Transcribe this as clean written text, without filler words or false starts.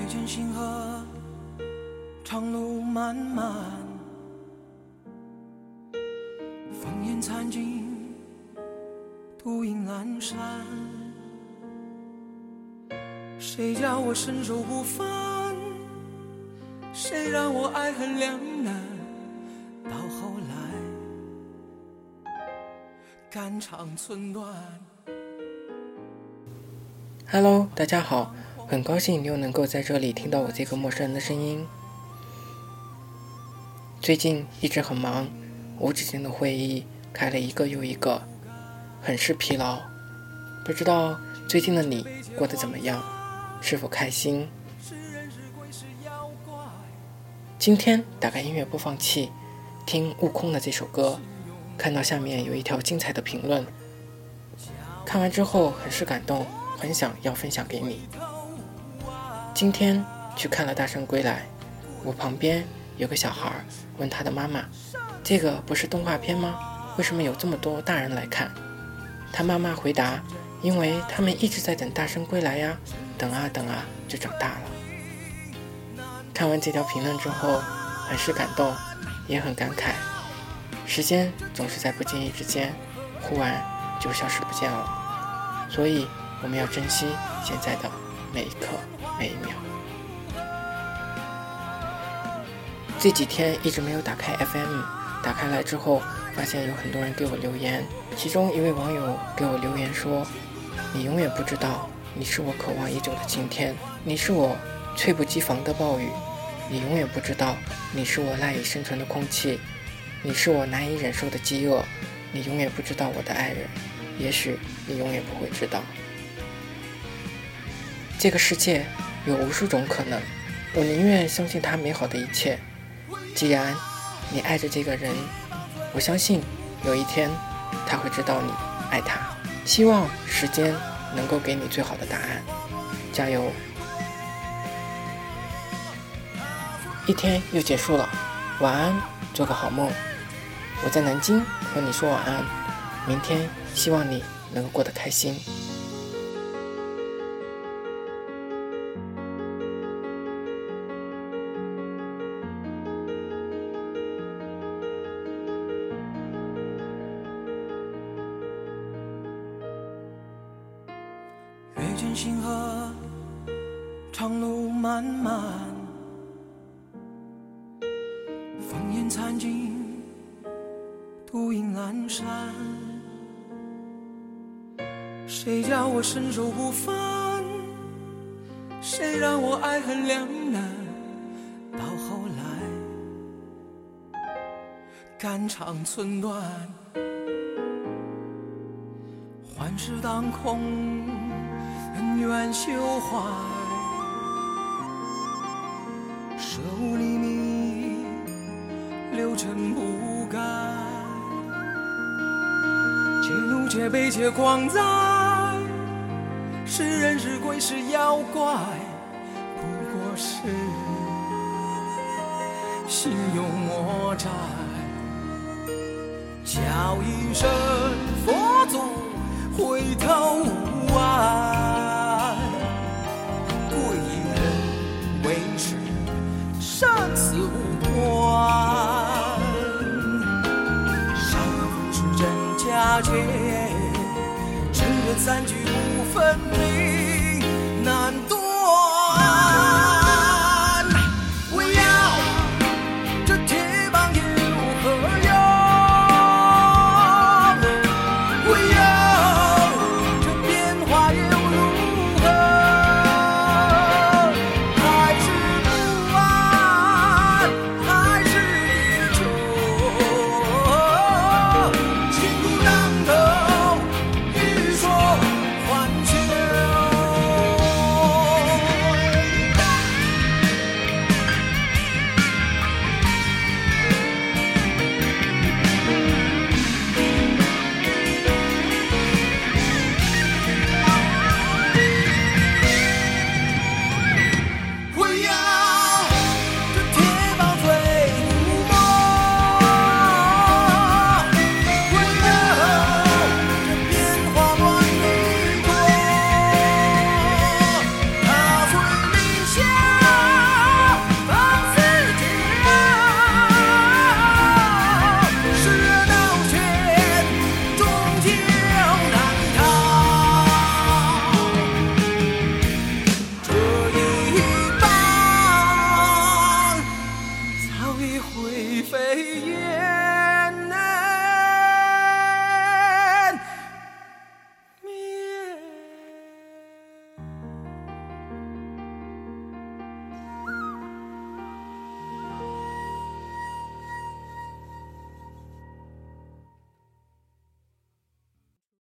见星河，长路漫漫，烽烟残尽，独影阑珊。谁叫我身手不凡？谁让我爱恨两难？到后来，肝肠寸断。 Hello， 大家好，很高兴你又能够在这里听到我这个陌生人的声音。最近一直很忙，无止境的会议开了一个又一个，很是疲劳。不知道最近的你过得怎么样，是否开心？今天打开音乐播放器，听悟空的这首歌，看到下面有一条精彩的评论，看完之后很是感动，很想要分享给你。今天去看了《大圣归来》，我旁边有个小孩问他的妈妈，这个不是动画片吗？为什么有这么多大人来看？他妈妈回答，因为他们一直在等大圣归来呀，等啊等啊就长大了。看完这条评论之后，很是感动，也很感慨，时间总是在不经意之间忽然就消失不见了，所以我们要珍惜现在的每一刻每一秒。这几天一直没有打开 FM， 打开来之后发现有很多人给我留言，其中一位网友给我留言说，你永远不知道，你是我渴望已久的晴天，你是我猝不及防的暴雨，你永远不知道，你是我赖以生存的空气，你是我难以忍受的饥饿，你永远不知道我的爱人，也许你永远不会知道。这个世界有无数种可能，我宁愿相信他美好的一切。既然你爱着这个人，我相信有一天他会知道你爱他。希望时间能够给你最好的答案，加油！一天又结束了，晚安，做个好梦。我在南京和你说晚安，明天希望你能够过得开心。 月见星河，长路漫漫，烽烟残尽，独影阑珊。谁叫我身手不凡？谁让我爱恨两难？到后来，肝肠寸断。幻世当空，恩怨休怀，舍吾黎明，六尘不改。且怒且悲且狂哉，是人是鬼是妖怪，不过是心有魔债。叫一声佛祖，回头无岸，贵人为师，生死无关。上浮是真假界，只愿三句不分明。